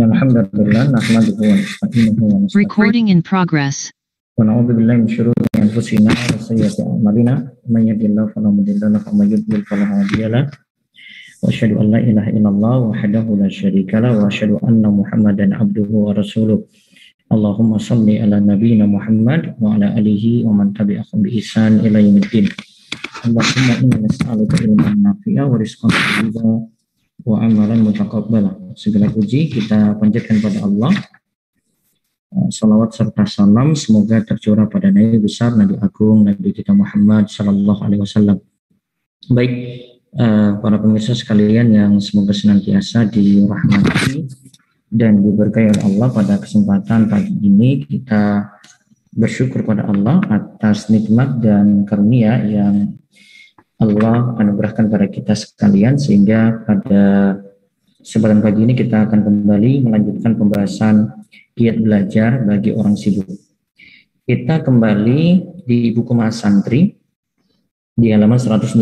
Alhamdulillah nahmaduhu wa nasta'inuhu wa nastaghfiruh Recording in progress. wa na'udzu billahi min syururi anfusina wa sayyiati a'malina may yahdihillahu fala mudilla lahu wa may yudlil fala hadiya lahu wa asyhadu an la ilaha illallah wahdahu la syarika lahu wa asyhadu anna Muhammadan abduhu wa rasuluh. Allahumma shalli ala nabiyyina Muhammad wa ala alihi wa man tabi'ahum bi ihsan ila yaumiddin. Allahumma inna nas'aluka ilman nafi'a wa rizqan thayyibah wa amalan mutaqabbala. Segala puji kita panjatkan pada Allah. Salawat serta salam semoga tercurah pada Nabi besar, Nabi agung, Nabi kita Muhammad sallallahu alaihi wasallam. Baik, para pemirsa sekalian yang semoga senantiasa dirahmati dan diberkahi oleh Allah, pada kesempatan pagi ini kita bersyukur pada Allah atas nikmat dan karunia yang Allah anugerahkan pada kita sekalian, sehingga pada kesempatan pagi ini kita akan kembali melanjutkan pembahasan giat belajar bagi orang sibuk. Kita kembali di buku Mas Santri di halaman 187.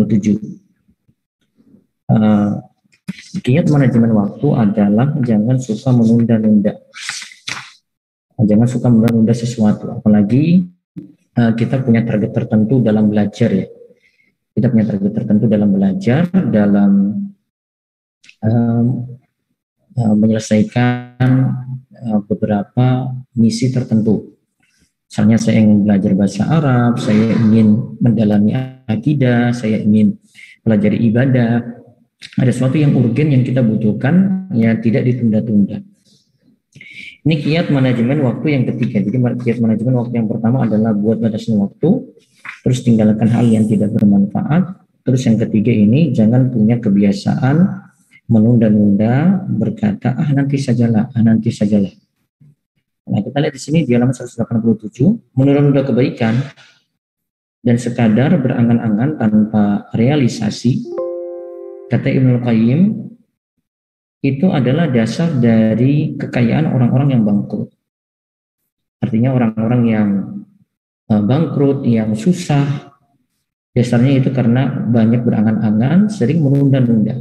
Giat manajemen waktu adalah jangan suka menunda-nunda. Jangan suka menunda sesuatu, apalagi kita punya target tertentu dalam belajar ya. Kita punya target tertentu dalam belajar, dalam menyelesaikan beberapa misi tertentu. Misalnya saya ingin belajar bahasa Arab, saya ingin mendalami akidah, saya ingin pelajari ibadah. Ada sesuatu yang urgen yang kita butuhkan, ya tidak ditunda-tunda. Ini kiat manajemen waktu yang ketiga. Jadi kiat manajemen waktu yang pertama adalah buat batasan waktu, terus tinggalkan hal yang tidak bermanfaat. Terus yang ketiga ini jangan punya kebiasaan menunda-nunda, berkata nanti sajalah, nanti sajalah. Nah, kita lihat di sini di halaman 187, menunda-nunda kebaikan dan sekadar berangan-angan tanpa realisasi, kata Ibnu Qayyim, itu adalah dasar dari kekayaan orang-orang yang bangkrut. Artinya orang-orang yang bangkrut, yang susah, dasarnya itu karena banyak berangan-angan, sering menunda-nunda.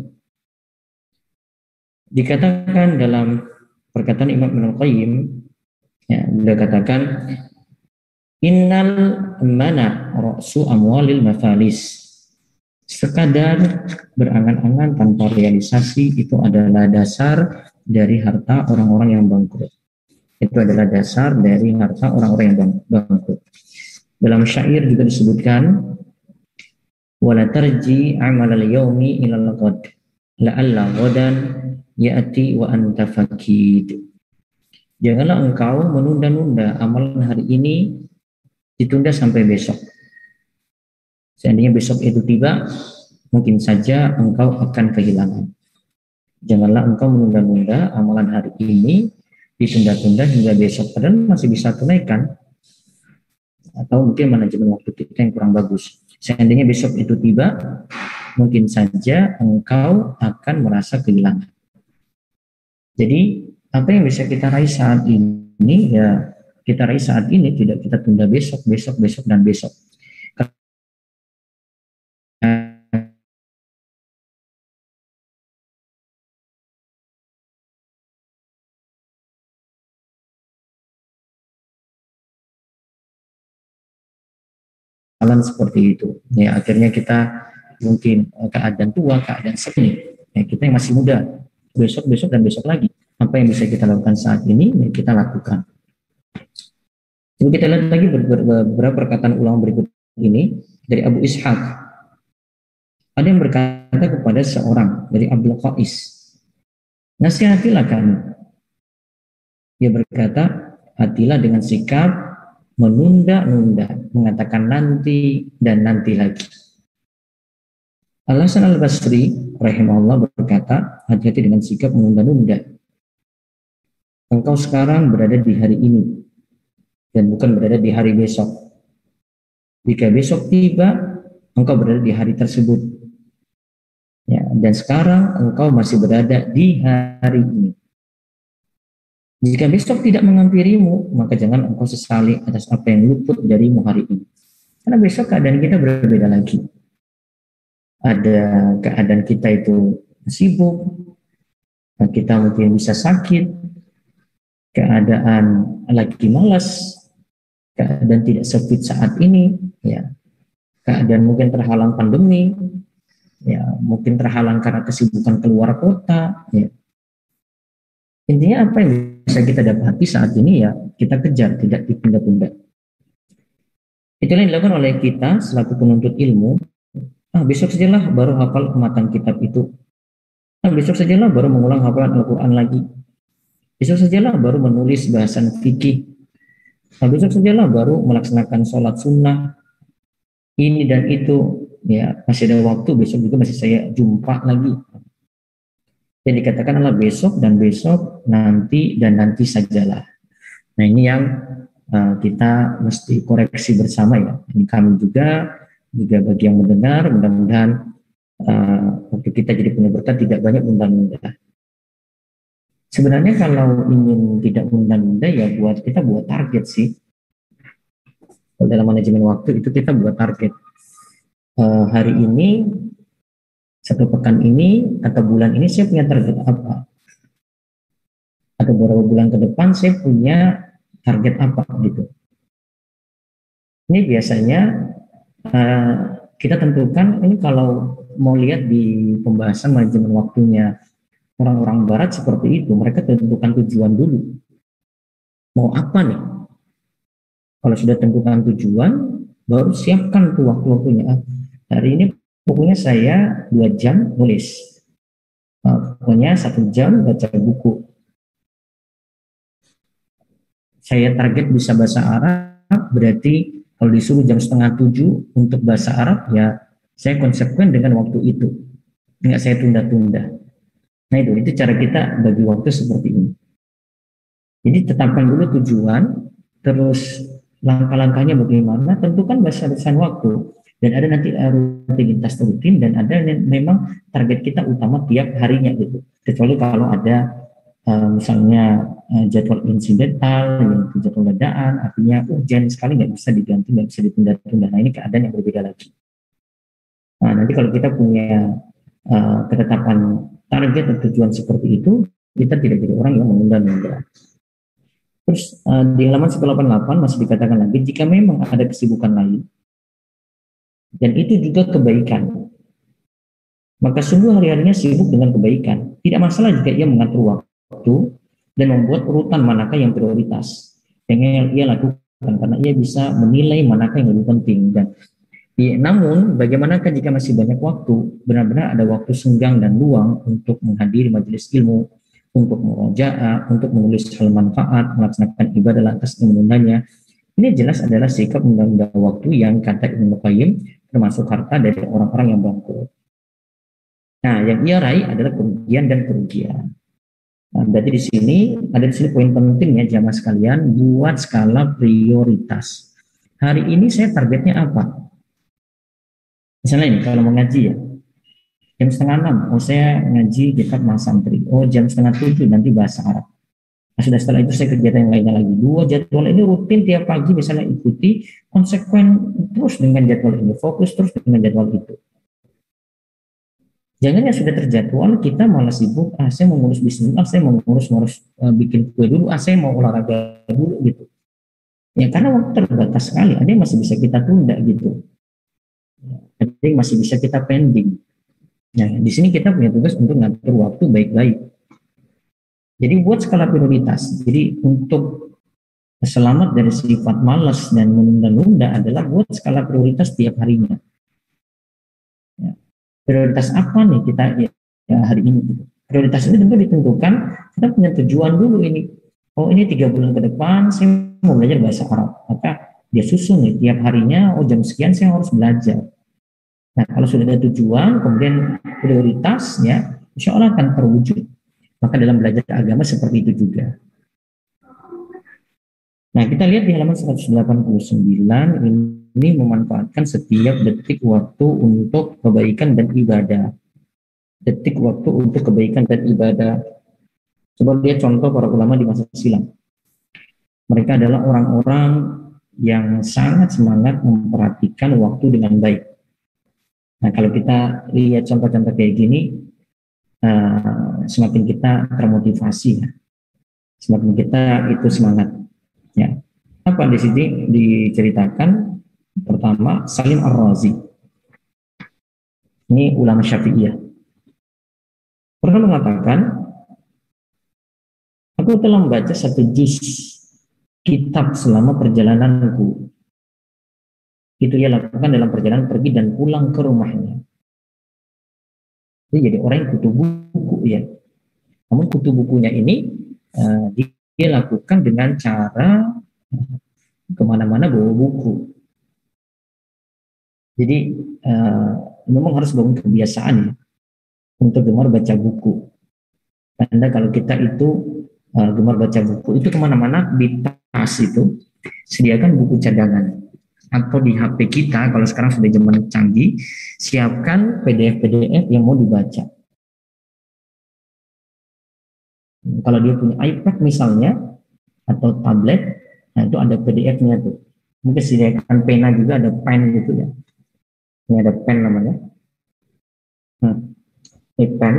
Dikatakan dalam perkataan Imam Ibnu Qayyim, ya, beliau katakan, innal mana ra'su amwalil mafalis. Sekadar berangan-angan tanpa realisasi itu adalah dasar dari harta orang-orang yang bangkrut. Itu adalah dasar dari harta orang-orang yang bangkrut. Dalam syair juga disebutkan, wala tarji amalal yaumi ilal ghad la'alla ghadan ya'ti wa anta fakid. Janganlah engkau menunda-nunda amalan hari ini, ditunda sampai besok. Seandainya besok itu tiba, mungkin saja engkau akan kehilangan. Janganlah engkau menunda-nunda amalan hari ini, ditunda-tunda hingga besok, padahal masih bisa tunaikan. Atau mungkin manajemen waktu kita yang kurang bagus. Seandainya besok itu tiba, mungkin saja engkau akan merasa kehilangan. Jadi apa yang bisa kita raih saat ini, ya kita raih saat ini, tidak kita tunda besok, besok, besok, dan besok. Seperti itu ya, akhirnya kita mungkin keadaan tua, keadaan sepi ya, kita yang masih muda, besok dan besok lagi, apa yang bisa kita lakukan saat ini ya kita lakukan. Coba kita lihat lagi beberapa perkataan ulama berikut ini dari Abu Ishaq. Ada yang berkata kepada seorang dari Abdul Qais, nasihatilah kami. Dia berkata, hatilah dengan sikap menunda-nunda, mengatakan nanti dan nanti lagi. Al-Hasan Al-Basri rahimahullah berkata, hati-hati dengan sikap menunda-nunda. Engkau sekarang berada di hari ini dan bukan berada di hari besok. Jika besok tiba, engkau berada di hari tersebut. Ya, dan sekarang engkau masih berada di hari ini. Jika besok tidak menghampirimu, maka jangan engkau sesali atas apa yang luput darimu hari ini. Karena besok keadaan kita berbeda lagi. Ada keadaan kita itu sibuk, kita mungkin bisa sakit, keadaan lagi malas, keadaan tidak fit saat ini, ya, keadaan mungkin terhalang pandemi, ya, mungkin terhalang karena kesibukan keluar kota, ya. Intinya apa yang bisa kita dapati saat ini ya kita kejar, tidak ditunda-tunda. Itulah yang dilakukan oleh kita selaku penuntut ilmu. Besok sajalah baru hafal kematan kitab itu. Besok sajalah baru mengulang hafalan Al-Quran lagi. Besok sajalah baru menulis bahasan fikih. Besok sajalah baru melaksanakan sholat sunnah. Ini dan itu, ya masih ada waktu, besok juga masih saya jumpa lagi. Yang dikatakan adalah besok dan besok, nanti dan nanti sajalah. Nah ini yang kita mesti koreksi bersama ya. Ini kami juga bagi yang mendengar, mudah-mudahan waktu kita jadi punya berkat tidak banyak menunda-nunda. Sebenarnya kalau ingin tidak menunda-nunda ya kita buat target sih. Kalau dalam manajemen waktu itu kita buat target. Hari ini, satu pekan ini, atau bulan ini saya punya target apa? Atau beberapa bulan ke depan saya punya target apa gitu. Ini biasanya kita tentukan, ini kalau mau lihat di pembahasan manajemen waktunya orang-orang barat seperti itu, mereka tentukan tujuan dulu. Mau apa nih? Kalau sudah tentukan tujuan, baru siapkan tuh waktu-waktunya. Hari ini pokoknya saya 2 jam nulis. Pokoknya 1 jam baca buku. Saya target bisa bahasa Arab, berarti kalau disuruh jam 6:30 untuk bahasa Arab, ya saya konsekuen dengan waktu itu. Enggak saya tunda-tunda. Nah itu cara kita bagi waktu seperti ini. Jadi tetapkan dulu tujuan, terus langkah-langkahnya bagaimana, tentukan batasan waktu. Dan ada nanti rutinitas rutin dan ada memang target kita utama tiap harinya gitu. Kecuali kalau ada misalnya jadwal insidental, yaitu jadwal ledaan, artinya urgent sekali nggak bisa diganti, nggak bisa ditunda-tunda. Nah ini keadaan yang berbeda lagi. Nah nanti kalau kita punya ketetapan target dan tujuan seperti itu, kita tidak jadi orang yang menunda-nunda. Terus di halaman 188 masih dikatakan lagi, jika memang ada kesibukan lain, dan itu juga kebaikan, maka sungguh hari-harinya sibuk dengan kebaikan. Tidak masalah jika ia mengatur waktu dan membuat urutan manakah yang prioritas yang ia lakukan, karena ia bisa menilai manakah yang lebih penting. Dan namun bagaimanakah jika masih banyak waktu, benar-benar ada waktu senggang dan luang untuk menghadiri majelis ilmu, untuk murojaah, untuk menulis hal manfaat, melaksanakan ibadah lantas menundanya. Ini jelas adalah sikap menunda waktu yang kata Ibnu Qayyim termasuk harta dari orang-orang yang bangkrut. Nah, yang ia raih adalah kerugian dan kerugian. Nah, berarti di sini poin pentingnya jamaah sekalian, buat skala prioritas. Hari ini saya targetnya apa? Misalnya ini kalau mau ngaji ya, jam 5:30, saya ngaji kitab Mas Santri. Jam 6:30 nanti bahasa Arab. Nah, sudah setelah itu saya kegiatan yang lainnya lagi. 2 jadwal ini rutin tiap pagi misalnya ikuti, konsekuen terus dengan jadwal ini, fokus terus dengan jadwal itu. Jangan yang sudah terjadwal kita malah sibuk, saya mau ngurus bisnis, saya mau ngurus bikin kue dulu, saya mau olahraga dulu gitu. Ya karena waktu terbatas sekali, ada yang masih bisa kita tunda gitu. Ada yang masih bisa kita pending. Nah, di sini kita punya tugas untuk ngatur waktu baik-baik. Jadi buat skala prioritas. Jadi untuk selamat dari sifat malas dan menunda-nunda adalah buat skala prioritas tiap harinya. Ya. Prioritas apa nih kita ya hari ini? Prioritas ini tentu ditentukan, kita punya tujuan dulu ini. Ini 3 bulan ke depan saya mau belajar bahasa Arab. Maka dia susun nih tiap harinya, jam sekian saya harus belajar. Nah kalau sudah ada tujuan, kemudian prioritasnya, insya Allah akan terwujud. Maka dalam belajar agama seperti itu juga. Nah kita lihat di halaman 189, ini memanfaatkan setiap detik waktu untuk kebaikan dan ibadah. Detik waktu untuk kebaikan dan ibadah. Coba lihat contoh para ulama di masa silam. Mereka adalah orang-orang yang sangat semangat memperhatikan waktu dengan baik. Nah kalau kita lihat contoh-contoh kayak gini, semakin kita termotivasi ya. Semakin kita itu semangat ya. Apa di sini diceritakan? Pertama, Salim Ar-Razi, ini ulama Syafi'iyah, pernah mengatakan, aku telah membaca satu juz kitab selama perjalananku. Itu ia lakukan dalam perjalanan pergi dan pulang ke rumahnya. Jadi orang yang kutu buku ya. Namun kutu bukunya ini dia lakukan dengan cara kemana-mana bawa buku. Jadi memang harus bangun kebiasaan ya untuk gemar baca buku. Karena kalau kita itu gemar baca buku itu kemana-mana di tas itu sediakan buku cadangan, atau di HP kita kalau sekarang sudah zaman canggih siapkan PDF yang mau dibaca. Kalau dia punya iPad misalnya atau tablet, nah itu ada PDF-nya tuh. Mungkin sediakan pena juga, ada pen gitu ya. Ini ada pen namanya. Pen.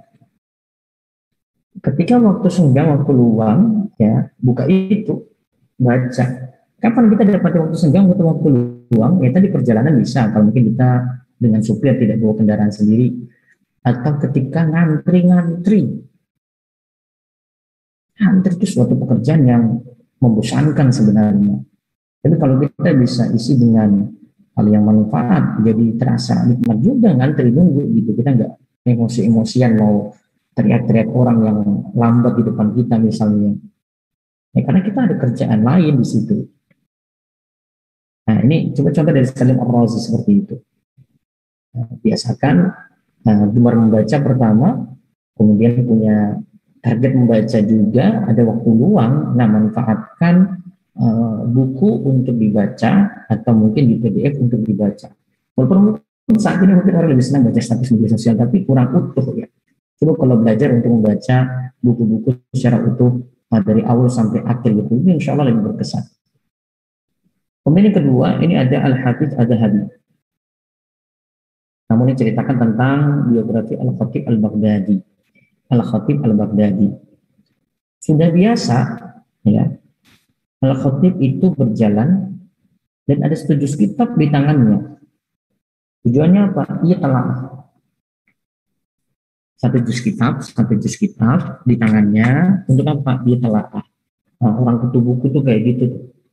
Ketika waktu senggang, waktu luang, ya buka itu, baca. Kapan kita dapat waktu senggang, waktu luang? Ya tadi perjalanan bisa. Kalau mungkin kita dengan supir tidak bawa kendaraan sendiri, atau ketika ngantri itu suatu pekerjaan yang membosankan sebenarnya. Tapi kalau kita bisa isi dengan hal yang manfaat, jadi terasa nikmat juga ngantri nunggu gitu. Kita nggak emosi-emosian mau teriak-teriak orang yang lambat di depan kita misalnya. Ya, karena kita ada kerjaan lain di situ. Nah ini coba contoh dari Salim Ar-Razi seperti itu. Nah, biasakan gemar membaca pertama, kemudian punya target membaca juga, ada waktu luang, nah manfaatkan buku untuk dibaca atau mungkin di PDF untuk dibaca. Walaupun saat ini mungkin orang lebih senang baca status media sosial, tapi kurang utuh ya. Coba kalau belajar untuk membaca buku-buku secara utuh dari awal sampai akhir gitu, ini insya Allah lebih berkesan. Kemudian yang kedua, ini ada Al-Hafidz Adz-Dzahabi. Namun ini ceritakan tentang biografi Al-Khatib Al-Baghdadi. Al-Khatib Al-Baghdadi. Sudah biasa ya, Al-Khatib itu berjalan dan ada 7 kitab di tangannya. Tujuannya apa? Ia telah satu juz kitab di tangannya untuk apa? Dia telah orang kutu buku tuh kayak gitu.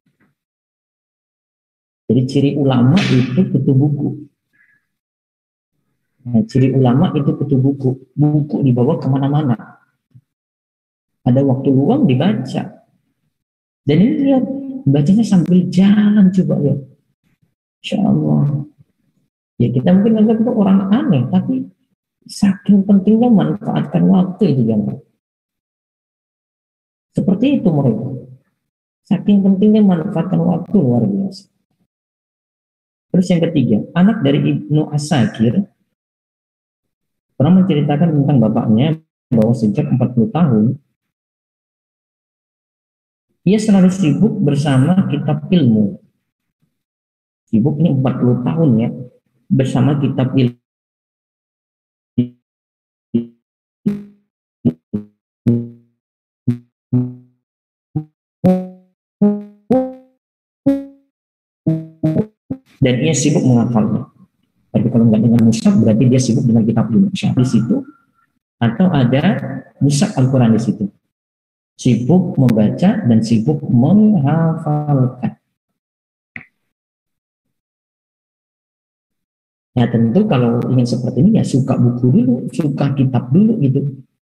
Jadi ciri ulama itu kutu buku. Nah, ciri ulama itu kutu buku. Buku dibawa kemana-mana. Ada waktu luang dibaca. Dan ini lihat, bacanya sambil jalan coba ya. Insya Allah. Ya kita mungkin menganggap itu orang aneh, tapi saking pentingnya manfaatkan waktu itu jangan. Seperti itu mereka. Saking pentingnya manfaatkan waktu luar biasa. Terus yang ketiga, anak dari Ibnu Asakir pernah menceritakan tentang bapaknya bahwa sejak 40 tahun ia selalu sibuk bersama kitab ilmu. Sibuk ini 40 tahun ya, bersama kitab ilmu. Dan ia sibuk menghafalnya. Tapi kalau nggak dengan mushaf berarti dia sibuk dengan kitab ilmu di situ, atau ada mushaf Al-Quran di situ. Sibuk membaca dan sibuk menghafalkan. Ya tentu kalau ingin seperti ini ya suka buku dulu, suka kitab dulu gitu.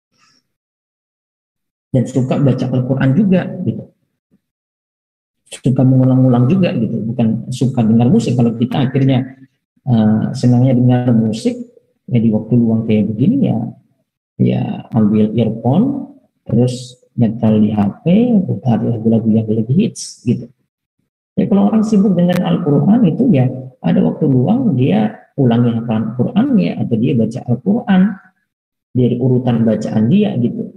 Dan suka baca Al-Quran juga gitu. Suka mengulang-ulang juga gitu, bukan suka dengar musik. Kalau kita akhirnya senangnya dengar musik, ya di waktu luang kayak begini ya ambil earphone, terus nyetel di HP, putar lagu-lagu yang lagi hits gitu. Ya kalau orang sibuk dengan Al-Quran itu ya ada waktu luang dia ulangi hafalan Qurannya atau dia baca Al-Quran dari urutan bacaan dia gitu.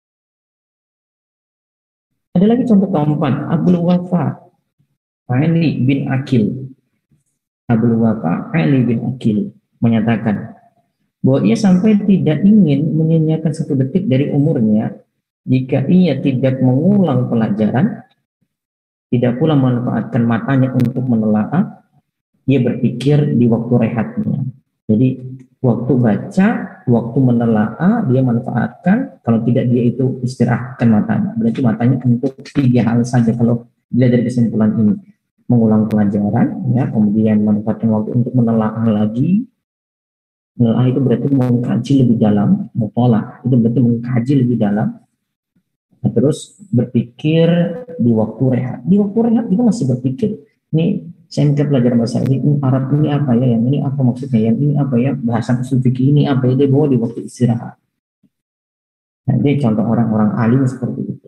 Ada lagi contoh keempat, Abdul Wafa Ali bin Aqil. Abdul Wafa Ali bin Aqil menyatakan, bahwa ia sampai tidak ingin menyanyiakan satu detik dari umurnya jika ia tidak mengulang pelajaran, tidak pula memanfaatkan matanya untuk menelaah. Ia berpikir di waktu rehatnya. Jadi waktu baca, waktu menelaah dia manfaatkan. Kalau tidak dia itu istirahatkan matanya. Berarti matanya untuk 3 hal saja kalau dilihat dari kesimpulan ini: mengulang pelajaran, ya, kemudian manfaatkan waktu untuk menelaah lagi. Menelaah itu berarti mengkaji lebih dalam. Mutolak itu berarti mengkaji lebih dalam. Nah, terus berpikir di waktu rehat. Di waktu rehat kita masih berpikir. Ini saya minta pelajaran bahasa Arab ini apa ya, yang ini apa maksudnya, yang ini apa ya, bahasa usul fikih ini apa ya, dia bawa di waktu istirahat. Nanti contoh orang-orang alim seperti itu.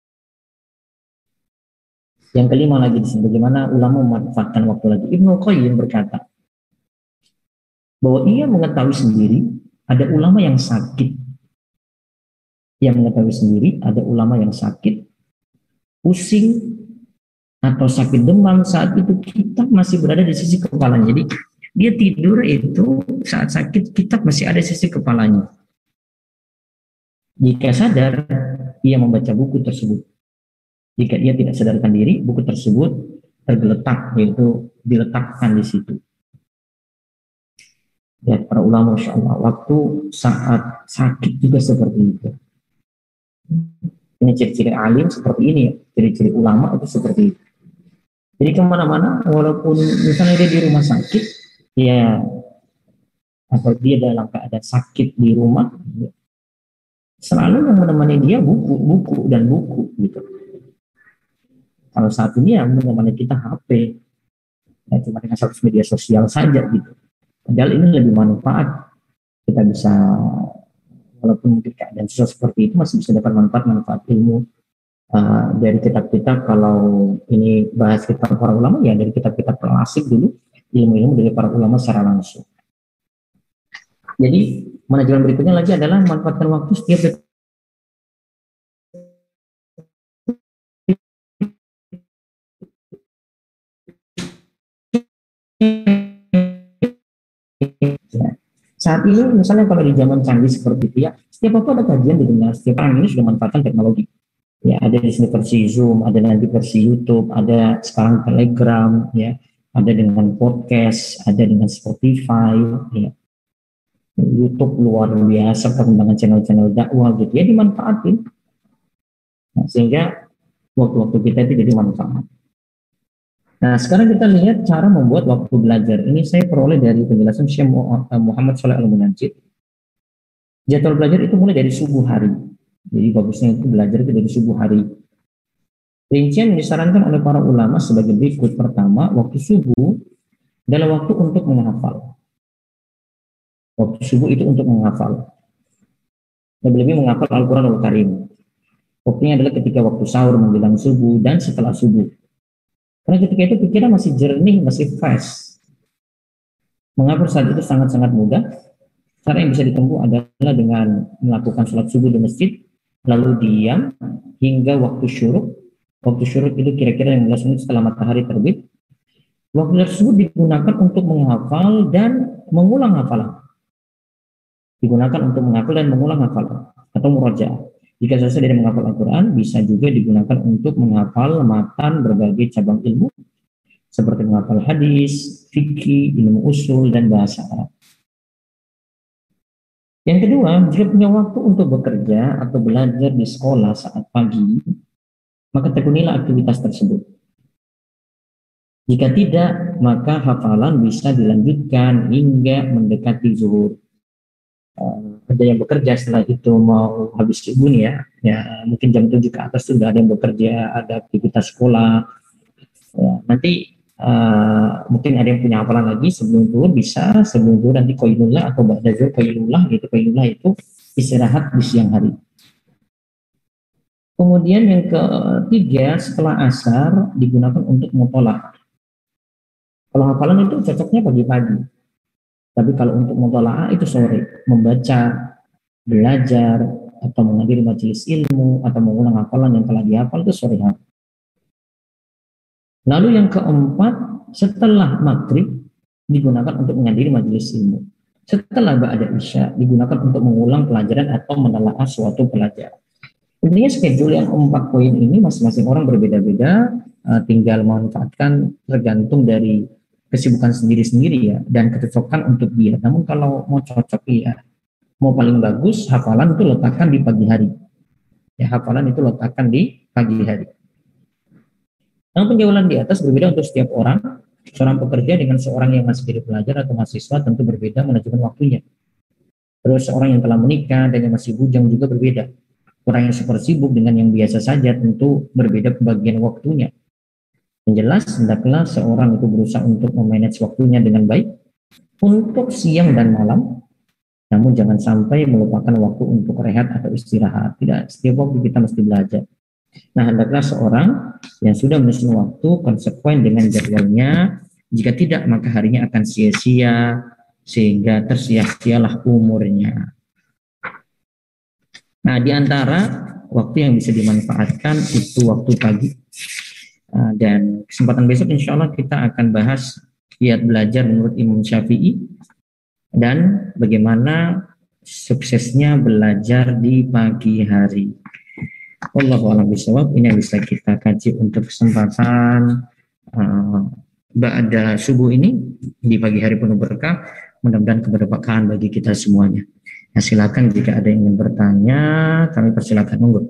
Yang kelima lagi di sini, bagaimana ulama memanfaatkan waktu lagi. Ibnu Qayyim berkata bahwa ia mengetahui sendiri ada ulama yang sakit. Ia mengetahui sendiri ada ulama yang sakit, pusing, atau sakit demam, saat itu kitab masih berada di sisi kepalanya. Jadi dia tidur itu saat sakit kitab masih ada di sisi kepalanya. Jika sadar, ia membaca buku tersebut. Jika dia tidak sadarkan diri, buku tersebut tergeletak, yaitu diletakkan di situ. Ya, para ulama, Masya Allah, waktu saat sakit juga seperti itu. Ini ciri-ciri alim seperti ini, ciri-ciri ulama itu seperti itu. Jadi kemana-mana, walaupun misalnya dia di rumah sakit, ya, atau dia dalam keadaan sakit di rumah, selalu yang menemani dia buku dan buku gitu. Kalau saat ini yang menemani kita HP, ya cuma dengan satu media sosial saja gitu. Padahal ini lebih manfaat. Kita bisa, walaupun mungkin keadaan susah seperti itu, masih bisa dapat manfaat ilmu dari kitab-kitab. Kalau ini bahas kitab para ulama, ya dari kitab-kitab klasik dulu, ilmu-ilmu dari para ulama secara langsung. Jadi manajemen berikutnya lagi adalah manfaatkan waktu setiap detik. Ya. Saat ini misalnya kalau di zaman canggih seperti itu ya, setiap waktu ada kajian didengar. Setiap orang ini sudah manfaatkan teknologi. Ya, ada di sini versi Zoom, ada nanti versi YouTube, ada sekarang Telegram, ya, ada dengan podcast, ada dengan Spotify, ya. YouTube luar biasa perkembangan channel-channel dakwah gitu ya, dimanfaatin. Nah, sehingga waktu-waktu kita itu jadi manfaat. Nah, sekarang kita lihat cara membuat waktu belajar. Ini saya peroleh dari penjelasan Syekh Muhammad Shalih Al-Munajjid. Jadwal belajar itu mulai dari subuh hari. Jadi bagusnya itu belajar itu dari subuh hari. Rincian yang disarankan oleh para ulama sebagai berikut. Pertama, waktu subuh adalah waktu untuk menghafal. Waktu subuh itu untuk menghafal. Lebih-lebih menghafal Al-Quran Al-Karim. Waktunya adalah ketika waktu sahur menjelang subuh dan setelah subuh. Karena ketika itu pikiran masih jernih, masih fresh. Menghafal saat itu sangat-sangat mudah. Cara yang bisa ditempuh adalah dengan melakukan sholat subuh di masjid, lalu diam hingga waktu syuruk. Waktu syuruk itu kira-kira 15 menit setelah matahari terbit. Waktu tersebut digunakan untuk menghafal dan mengulang hafalan. Digunakan untuk menghafal dan mengulang hafalan atau murajaah. Jika selesai dari menghafal Al-Quran, bisa juga digunakan untuk menghafal matan berbagai cabang ilmu, seperti menghafal hadis, fikih, ilmu usul, dan bahasa Arab. Yang kedua, jika punya waktu untuk bekerja atau belajar di sekolah saat pagi, maka tekunilah aktivitas tersebut. Jika tidak, maka hafalan bisa dilanjutkan hingga mendekati zuhur. Ada yang bekerja setelah itu mau habis subuh nih ya mungkin jam 7 ke atas sudah ada yang bekerja, ada aktivitas sekolah. Ya, nanti mungkin ada yang punya hafalan lagi sebelum zuhur, bisa sebelum zuhur nanti qailullah atau ba'da zuhur qailullah, qailullah itu istirahat di siang hari. Kemudian yang ketiga, setelah asar digunakan untuk mutolak. Kalau hafalan itu cocoknya pagi-pagi. Tapi kalau untuk mutola'ah itu sore, membaca, belajar, atau menghadiri majelis ilmu, atau mengulang hafalan yang telah dihafal itu sore hari. Lalu yang keempat, setelah maghrib digunakan untuk menghadiri majelis ilmu. Setelah ba'da isya digunakan untuk mengulang pelajaran atau menelaah suatu pelajaran. Intinya schedule yang 4 poin ini masing-masing orang berbeda-beda, tinggal memanfaatkan tergantung dari kesibukan sendiri-sendiri ya dan kecocokan untuk dia. Namun kalau mau cocok ya, mau paling bagus hafalan itu letakkan di pagi hari. Ya, hafalan itu letakkan di pagi hari. Namun penjauhan di atas berbeda untuk setiap orang. Seorang pekerja dengan seorang yang masih jadi pelajar atau mahasiswa tentu berbeda manajemen waktunya. Terus seorang yang telah menikah dan yang masih bujang juga berbeda. Orang yang super sibuk dengan yang biasa saja tentu berbeda pembagian waktunya. Yang jelas, hendaklah seorang itu berusaha untuk memanage waktunya dengan baik untuk siang dan malam, namun jangan sampai melupakan waktu untuk rehat atau istirahat. Tidak, setiap waktu kita mesti belajar. Nah, hendaklah seorang yang sudah menyusun waktu konsekuen dengan jadwalnya. Jika tidak, maka harinya akan sia-sia sehingga tersia-sialah umurnya. Nah, di antara waktu yang bisa dimanfaatkan itu waktu pagi. Dan kesempatan besok insya Allah kita akan bahas kiat belajar menurut Imam Syafi'i dan bagaimana suksesnya belajar di pagi hari. Wallahu a'lam bishawab. Ini yang bisa kita kaji untuk kesempatan ba'da subuh ini di pagi hari penuh berkah. Mudah-mudahan keberkahan bagi kita semuanya. Nah, silakan jika ada yang ingin bertanya, kami persilakan, monggo.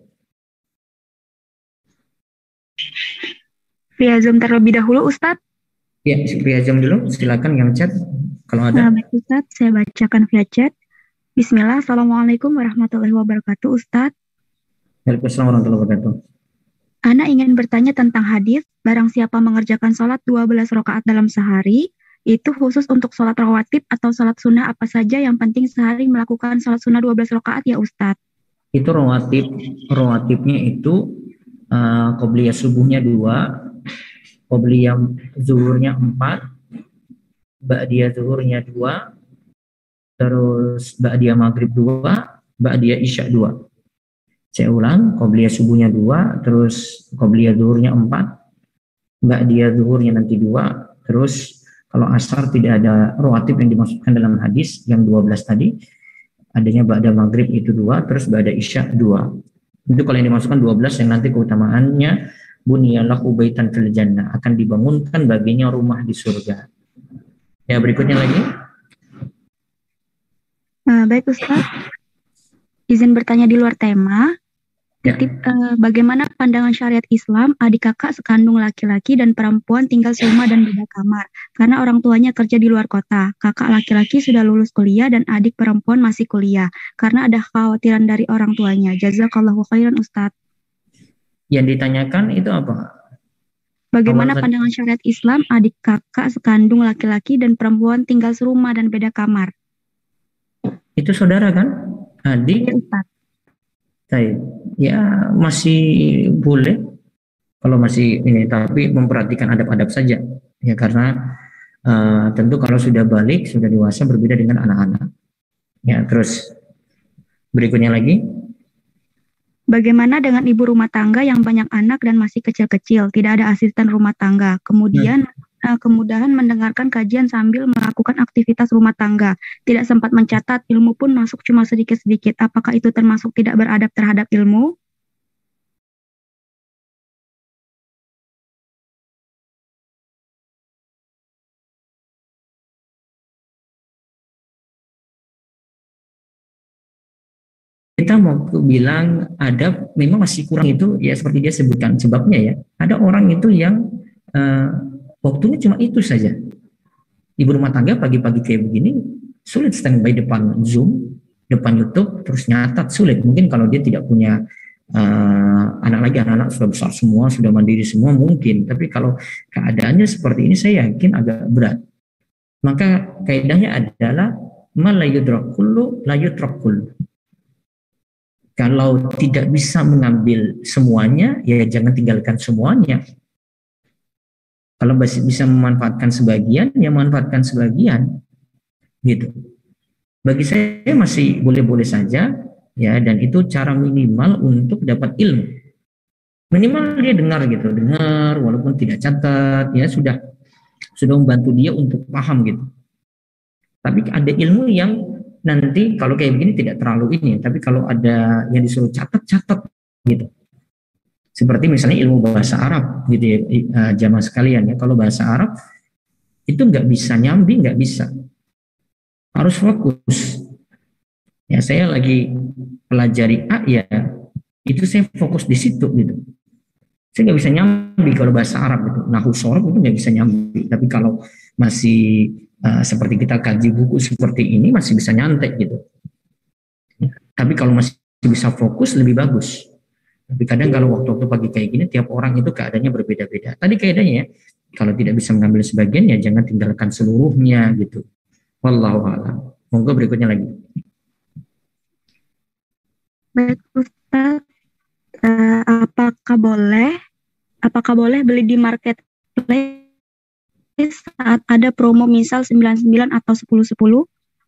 Via Zoom terlebih dahulu, Ustadz. Ya, via Zoom dulu, silakan yang chat kalau ada. Baik, Ustadz, saya bacakan via chat. Bismillah, Assalamualaikum warahmatullahi wabarakatuh, Ustadz. Waalaikumsalam warahmatullahi wabarakatuh. Ana ingin bertanya tentang hadis, barang siapa mengerjakan sholat 12 rakaat dalam sehari, itu khusus untuk sholat rawatib atau sholat sunnah apa saja, yang penting sehari melakukan sholat sunnah 12 rakaat ya Ustadz. Itu rawatibnya itu qobliyah subuhnya 2, qobliyah zuhurnya 4, ba'diyah zuhurnya 2, terus ba'diyah maghrib 2, ba'diyah isya 2. Saya ulang, qobliyah subuhnya 2, terus qobliyah zuhurnya 4, ba'diyah zuhurnya nanti 2, terus kalau asar tidak ada rawatib yang dimaksudkan dalam hadis yang 12 tadi, adanya ba'da maghrib itu 2, terus ba'da isya 2. Itu kalau yang dimasukkan 12 yang nanti keutamaannya bunyalahu baitan fil jannah, akan dibangunkan baginya rumah di surga. Ya, berikutnya lagi. Baik Ustaz, izin bertanya di luar tema. Ya. Bagaimana pandangan syariat Islam adik kakak sekandung laki-laki dan perempuan tinggal serumah dan beda kamar karena orang tuanya kerja di luar kota. Kakak laki-laki sudah lulus kuliah dan adik perempuan masih kuliah karena ada kekhawatiran dari orang tuanya. Jazakallahu khairan Ustadz. Yang ditanyakan itu apa? Bagaimana pandangan syariat Islam adik kakak sekandung laki-laki dan perempuan tinggal serumah dan beda kamar? Itu saudara kan? Adik? Ya, Ustadz. Ya masih boleh kalau masih ini, tapi memperhatikan adab-adab saja ya, karena tentu kalau sudah balik, sudah dewasa berbeda dengan anak-anak ya. Terus berikutnya lagi, bagaimana dengan ibu rumah tangga yang banyak anak dan masih kecil-kecil, tidak ada asisten rumah tangga, kemudian kemudahan mendengarkan kajian sambil melakukan aktivitas rumah tangga, tidak sempat mencatat, ilmu pun masuk cuma sedikit-sedikit. Apakah itu termasuk tidak beradab terhadap ilmu? kita mau bilang adab memang masih kurang, itu ya seperti dia sebutkan sebabnya ya. Ada orang itu yang waktunya cuma itu saja. Ibu rumah tangga pagi-pagi kayak begini sulit standby depan Zoom, depan YouTube terus nyatat, sulit. Mungkin kalau dia tidak punya anak-anak sudah besar semua, sudah mandiri semua mungkin. Tapi kalau keadaannya seperti ini saya yakin agak berat. Maka kaidahnya adalah ma la yudrak kullu la yutrak kullu. Kalau tidak bisa mengambil semuanya, ya jangan tinggalkan semuanya. Kalau masih bisa memanfaatkan sebagian, ya manfaatkan sebagian. Gitu. Bagi saya masih boleh-boleh saja, ya, dan itu cara minimal untuk dapat ilmu. Minimal dia dengar gitu, dengar walaupun tidak catat, ya sudah membantu dia untuk paham gitu. Tapi ada ilmu yang nanti kalau kayak begini tidak terlalu ini, tapi kalau ada yang disuruh catat gitu. Seperti misalnya ilmu bahasa Arab gitu ya, jamaah sekalian ya. Kalau bahasa Arab itu nggak bisa nyambi, nggak bisa, harus fokus. Ya saya lagi pelajari A ya, itu saya fokus di situ gitu. Saya nggak bisa nyambi kalau bahasa Arab gitu. Nahu sorab itu nggak bisa nyambi. Tapi kalau masih seperti kita kaji buku seperti ini masih bisa nyantek gitu. Tapi kalau masih bisa fokus lebih bagus. Tapi kadang kalau waktu-waktu pagi kayak gini, tiap orang itu keadaannya berbeda-beda. Tadi kaidahnya ya, kalau tidak bisa mengambil sebagian ya jangan tinggalkan seluruhnya gitu. Wallahu a'lam. Monggo berikutnya lagi. Baik Ustaz, apakah boleh beli di marketplace saat ada promo misal 99 atau 10-10?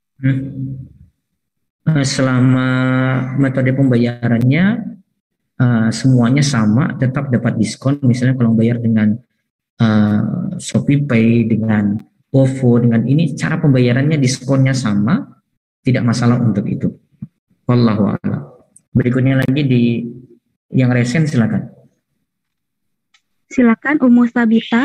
Selama metode pembayarannya semuanya sama, tetap dapat diskon. Misalnya kalau bayar dengan Shopee Pay, dengan OVO, dengan ini cara pembayarannya diskonnya sama, tidak masalah untuk itu. Wallahu a'lam. Berikutnya lagi di yang resen silakan. Silakan Ummu Sabita.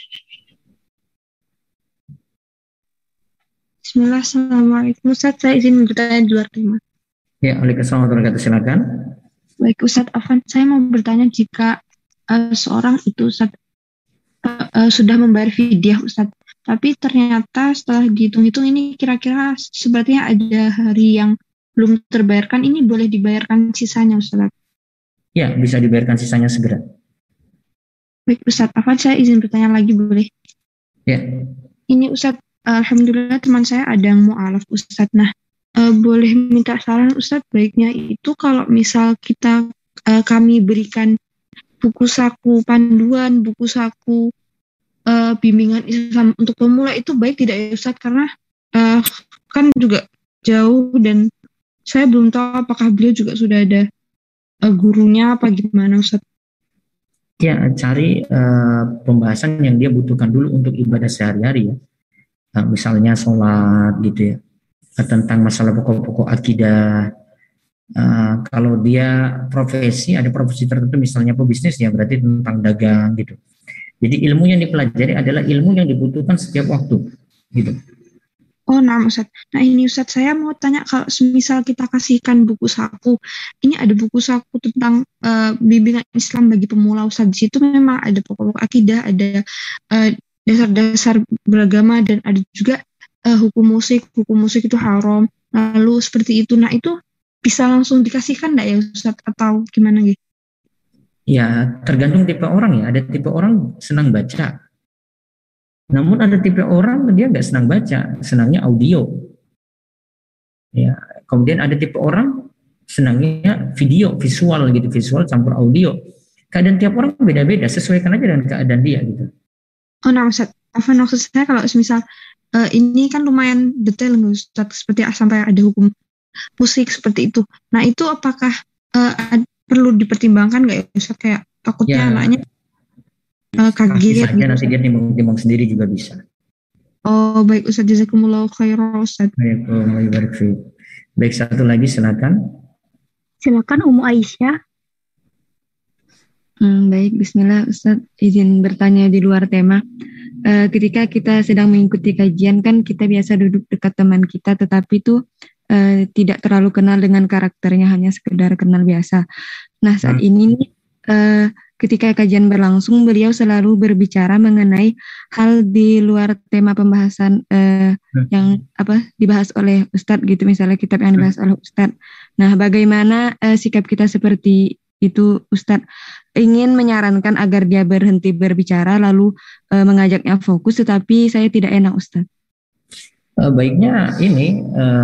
Bismillah, Assalamualaikum Ustaz, saya izin bertanya di luar tema. Ya, Waalaikumsalam warahmatullahi wabarakatuh, silakan. Baik Ustaz, Afwan, saya mau bertanya jika seorang itu Ustaz sudah membayar fidyah Ustaz, tapi ternyata setelah dihitung-hitung ini kira-kira sepertinya ada hari yang belum terbayarkan, ini boleh dibayarkan sisanya Ustaz? Ya, bisa dibayarkan sisanya segera. Baik Ustaz, Afwan, saya izin bertanya lagi boleh? Ya. Ini Ustaz, alhamdulillah teman saya ada yang mu'alaf Ustaz. Nah, boleh minta saran Ustaz, baiknya itu kalau misal kami berikan buku saku panduan, buku saku bimbingan Islam untuk pemula itu baik tidak ya Ustaz? Karena kan juga jauh dan saya belum tahu apakah beliau juga sudah ada gurunya apa gimana Ustaz? Ya, cari pembahasan yang dia butuhkan dulu untuk ibadah sehari-hari ya. Misalnya sholat gitu ya, tentang masalah pokok-pokok akidah. Kalau dia ada profesi tertentu misalnya pebisnis ya berarti tentang dagang gitu. Jadi ilmu yang dipelajari adalah ilmu yang dibutuhkan setiap waktu gitu. Oh, nah Ustaz. Nah ini Ustaz, saya mau tanya kalau misal kita kasihkan buku saku, ini ada buku saku tentang bimbingan Islam bagi pemula Ustaz. Di situ memang ada pokok-pokok akidah, ada dasar-dasar beragama dan ada juga hukum musik itu haram. Lalu seperti itu. Nah itu bisa langsung dikasihkan enggak ya Ustaz atau gimana gitu? Ya, tergantung tipe orang ya. Ada tipe orang senang baca. Namun ada tipe orang dia nggak senang baca, senangnya audio. Ya, kemudian ada tipe orang senangnya visual gitu, visual campur audio. Keadaan tiap orang beda-beda, sesuaikan aja dengan keadaan dia gitu. Oh, nah Ustaz, apa maksud saya kalau misal ini kan lumayan detail Ustaz, seperti sampai ada hukum musik seperti itu. Nah itu apakah perlu dipertimbangkan nggak ya Ustaz, kayak takutnya anaknya kaget gitu. Nanti dia timbang sendiri juga bisa. Oh baik Ustaz, jazakumullah khairan Ustaz. Baik, satu lagi silakan. Silakan Ummu Aisyah. Baik, bismillah Ustaz, izin bertanya di luar tema. Ketika kita sedang mengikuti kajian kan kita biasa duduk dekat teman kita tetapi tuh tidak terlalu kenal dengan karakternya, hanya sekedar kenal biasa. Nah saat ini ketika kajian berlangsung, beliau selalu berbicara mengenai hal di luar tema pembahasan yang dibahas oleh Ustadz gitu, misalnya kitab yang dibahas oleh Ustadz. Nah, bagaimana sikap kita seperti itu, Ustadz? Ingin menyarankan agar dia berhenti berbicara lalu mengajaknya fokus, tetapi saya tidak enak, Ustadz. Baiknya ini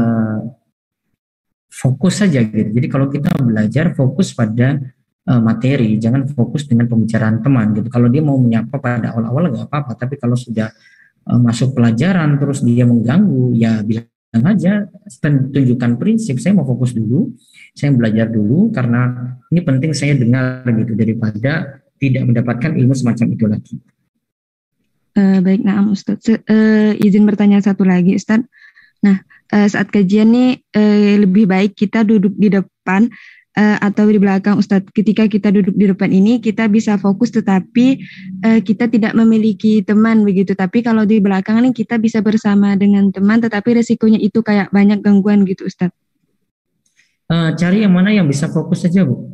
fokus saja gitu. Jadi kalau kita belajar fokus pada materi, jangan fokus dengan pembicaraan teman gitu. Kalau dia mau menyapa pada awal-awal nggak apa-apa, tapi kalau sudah masuk pelajaran terus dia mengganggu, ya bilang aja, tunjukkan prinsip, saya mau fokus dulu, saya belajar dulu karena ini penting saya dengar gitu, daripada tidak mendapatkan ilmu semacam itu lagi. Baik, Naam Ustadz. Izin bertanya satu lagi Ustadz. Saat kajian nih lebih baik kita duduk di depan atau di belakang Ustadz. Ketika kita duduk di depan ini kita bisa fokus tetapi kita tidak memiliki teman begitu. Tapi kalau di belakang nih kita bisa bersama dengan teman tetapi resikonya itu kayak banyak gangguan gitu Ustadz. Cari yang mana yang bisa fokus saja, Bu.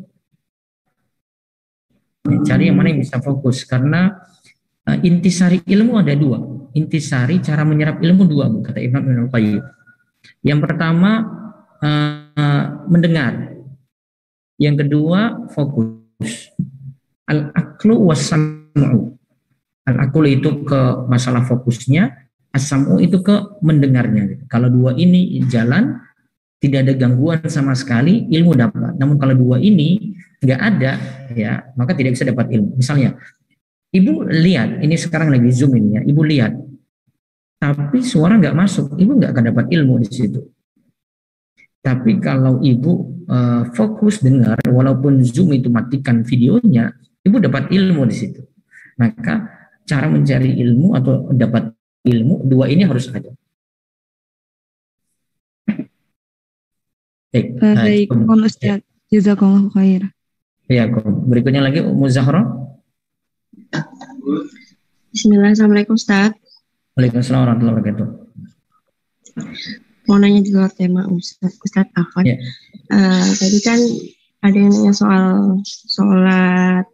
Cari yang mana yang bisa fokus karena intisari ilmu ada dua. Intisari cara menyerap ilmu dua, Bu, kata Imam Ibnul Qayyim. Yang pertama mendengar. Yang kedua fokus. Al-aqlu was-sam'u. Al-aqlu itu ke masalah fokusnya, as-sam'u itu ke mendengarnya. Kalau dua ini jalan, tidak ada gangguan sama sekali, ilmu dapat. Namun kalau dua ini nggak ada, ya maka tidak bisa dapat ilmu. Misalnya, ibu lihat, ini sekarang lagi zoom ini ya, ibu lihat, tapi suara nggak masuk, ibu nggak akan dapat ilmu di situ. Tapi kalau ibu fokus dengar, walaupun zoom itu matikan videonya, ibu dapat ilmu di situ. Maka cara mencari ilmu atau dapat ilmu dua ini harus ada. Baik, mohon Ustaz. Jazakallahu khair. Ya, berikutnya lagi Ummu Zahra. Bismillah, Assalamualaikum Ustaz. Waalaikumsalam warahmatullahi wabarakatuh. Mau nanya di luar tema Ustaz Afwan. Ya. Tadi kan ada yang nanya soal sholat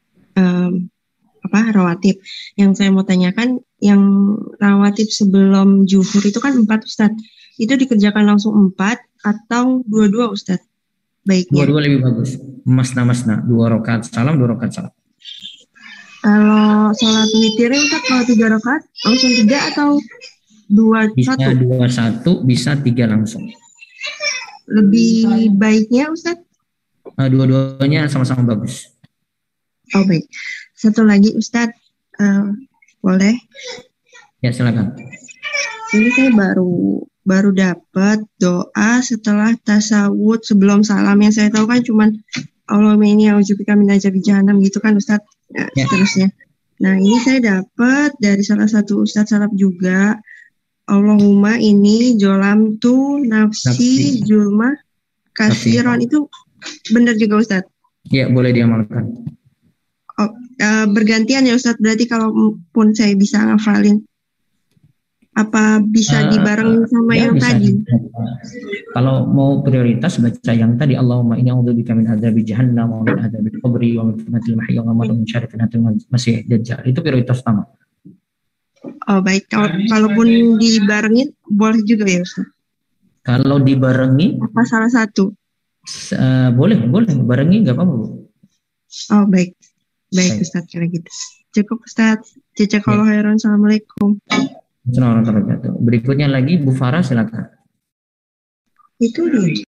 rawatib. Yang saya mau tanyakan, yang rawatib sebelum zuhur itu kan 4 Ustaz. Itu dikerjakan langsung 4 atau dua-dua Ustaz? Baiknya. Dua-dua lebih bagus. Masna. 2 rakaat salam, 2 rakaat salam. Kalau sholat witirnya Ustaz, kalau 3 rakaat langsung 3 atau 2-1? Bisa 2-1, bisa 3 langsung. Lebih baiknya Ustaz? Dua-duanya sama-sama bagus. Oh baik. Satu lagi Ustaz, boleh? Ya silakan. Ini saya baru dapat doa setelah tasawuf sebelum salam. Yang saya tahu kan cuman Allahumma inni a'udzubika min adzabi jahannam gitu kan Ustaz. Ya. Seterusnya. Nah ini saya dapat dari salah satu Ustaz salaf juga. Allahumma ini jolamtu nafsi julma kasiron. Itu benar juga Ustaz? Ya boleh diamalkan. Oh, bergantian ya Ustaz, berarti kalau pun saya bisa ngafalin, apa bisa dibarengin sama yang bisa, tadi? Kalau mau prioritas baca yang tadi, Allahumma inni a'udzubika min adzabi jahannam wa min adzabil qabri wa min fitnatil mahya wal mamat wa min syarri fitnatil masih dajjal. Itu prioritas utama. Oh baik, kalaupun dibarengin boleh juga ya Ustaz? Kalau dibarengi apa salah satu? Boleh barengi nggak apa-apa, Bu. Oh baik Ustaz, kalau gitu cukup Ustaz. Jazakallahu khairan. Assalamualaikum. Berikutnya lagi Bu Farah, silakan. Itu dia.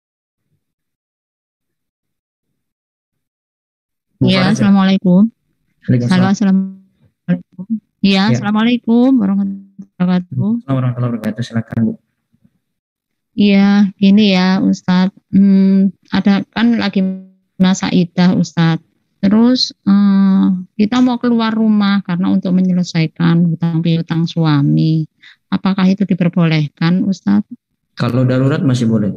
Ya, assalamualaikum. Assalamualaikum. Ya, assalamualaikum warahmatullahi wabarakatuh. Silakan Bu. Iya, gini ya Ustadz. Ada kan lagi masa iddah Ustadz. Terus kita mau keluar rumah karena untuk menyelesaikan hutang piutang suami. Apakah itu diperbolehkan Ustadz? Kalau darurat masih boleh.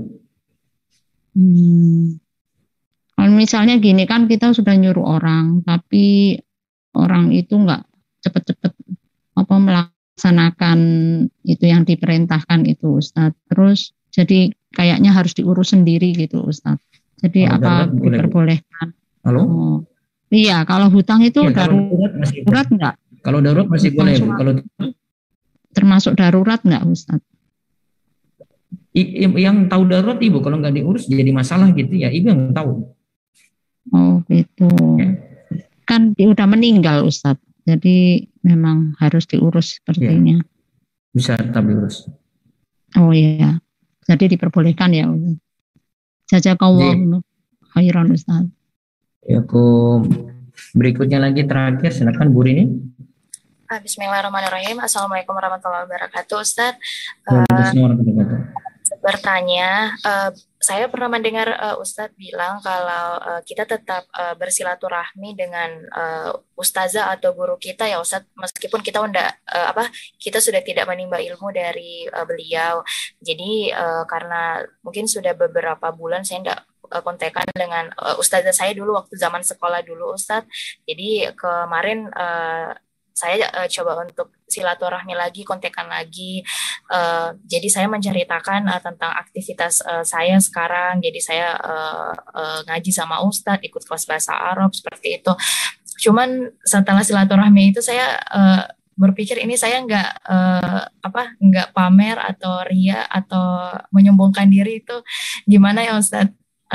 Kalau misalnya gini kan kita sudah nyuruh orang, tapi orang itu nggak cepet-cepet melaksanakan itu yang diperintahkan itu Ustadz. Terus jadi kayaknya harus diurus sendiri gitu Ustadz. Jadi apa diperbolehkan? Halo? Iya, kalau hutang itu ya, darurat enggak? Kalau darurat masih boleh, Bu. Kalau termasuk darurat enggak, Ustaz? Yang tahu darurat Ibu, kalau nggak diurus jadi masalah gitu ya, Ibu yang tahu. Oh, gitu. Ya. Kan udah meninggal, Ustaz. Jadi memang harus diurus sepertinya. Ya. Bisa tetap diurus. Oh iya. Jadi diperbolehkan ya. Jazakallahu khairan Ustaz. Ya, berikutnya lagi terakhir, silakan Bu Rini. Bismillahirrahmanirrahim. Assalamualaikum warahmatullahi wabarakatuh, Ustaz. Waalaikumsalam warahmatullahi wabarakatuh. Bertanya, saya pernah mendengar Ustadz bilang kalau kita tetap bersilaturahmi dengan ustazah atau guru kita ya Ustadz, meskipun kita kita sudah tidak menimba ilmu dari beliau. Jadi karena mungkin sudah beberapa bulan saya tidak kontekan dengan ustazah saya dulu waktu zaman sekolah dulu Ustadz. Jadi kemarin saya coba untuk silaturahmi lagi, kontekan lagi. Jadi saya menceritakan tentang aktivitas saya sekarang. Jadi saya ngaji sama Ustadz, ikut kelas bahasa Arab seperti itu. Cuman setelah silaturahmi itu saya berpikir ini saya nggak pamer atau ria atau menyombongkan diri itu gimana ya Ustadz?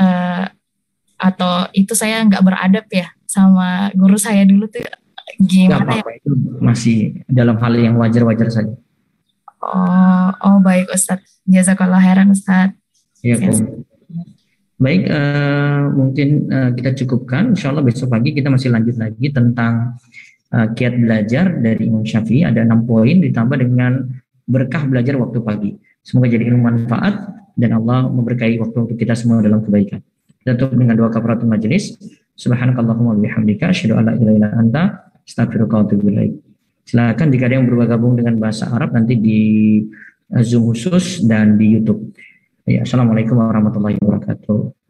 Atau itu saya nggak beradab ya sama guru saya dulu tuh? Gimana apa-apa, itu masih dalam hal yang wajar-wajar saja. Oh baik Ustadz. Jazakallah khairan Ustadz. Ya, baik, mungkin kita cukupkan. Insya Allah besok pagi kita masih lanjut lagi tentang kiat belajar dari Imam Syafi'i. Ada 6 poin ditambah dengan berkah belajar waktu pagi. Semoga jadi ilmu manfaat dan Allah memberkahi waktu kita semua dalam kebaikan. Kita tutup dengan doa kafaratul majelis. Subhanakallahumma bihamdika asyhadu an la ilaha illa anta astaghfiruka wa atubu ilaik. Silakan jika ada yang bergabung dengan bahasa Arab nanti di Zoom khusus dan di YouTube. Ya, assalamualaikum warahmatullahi wabarakatuh.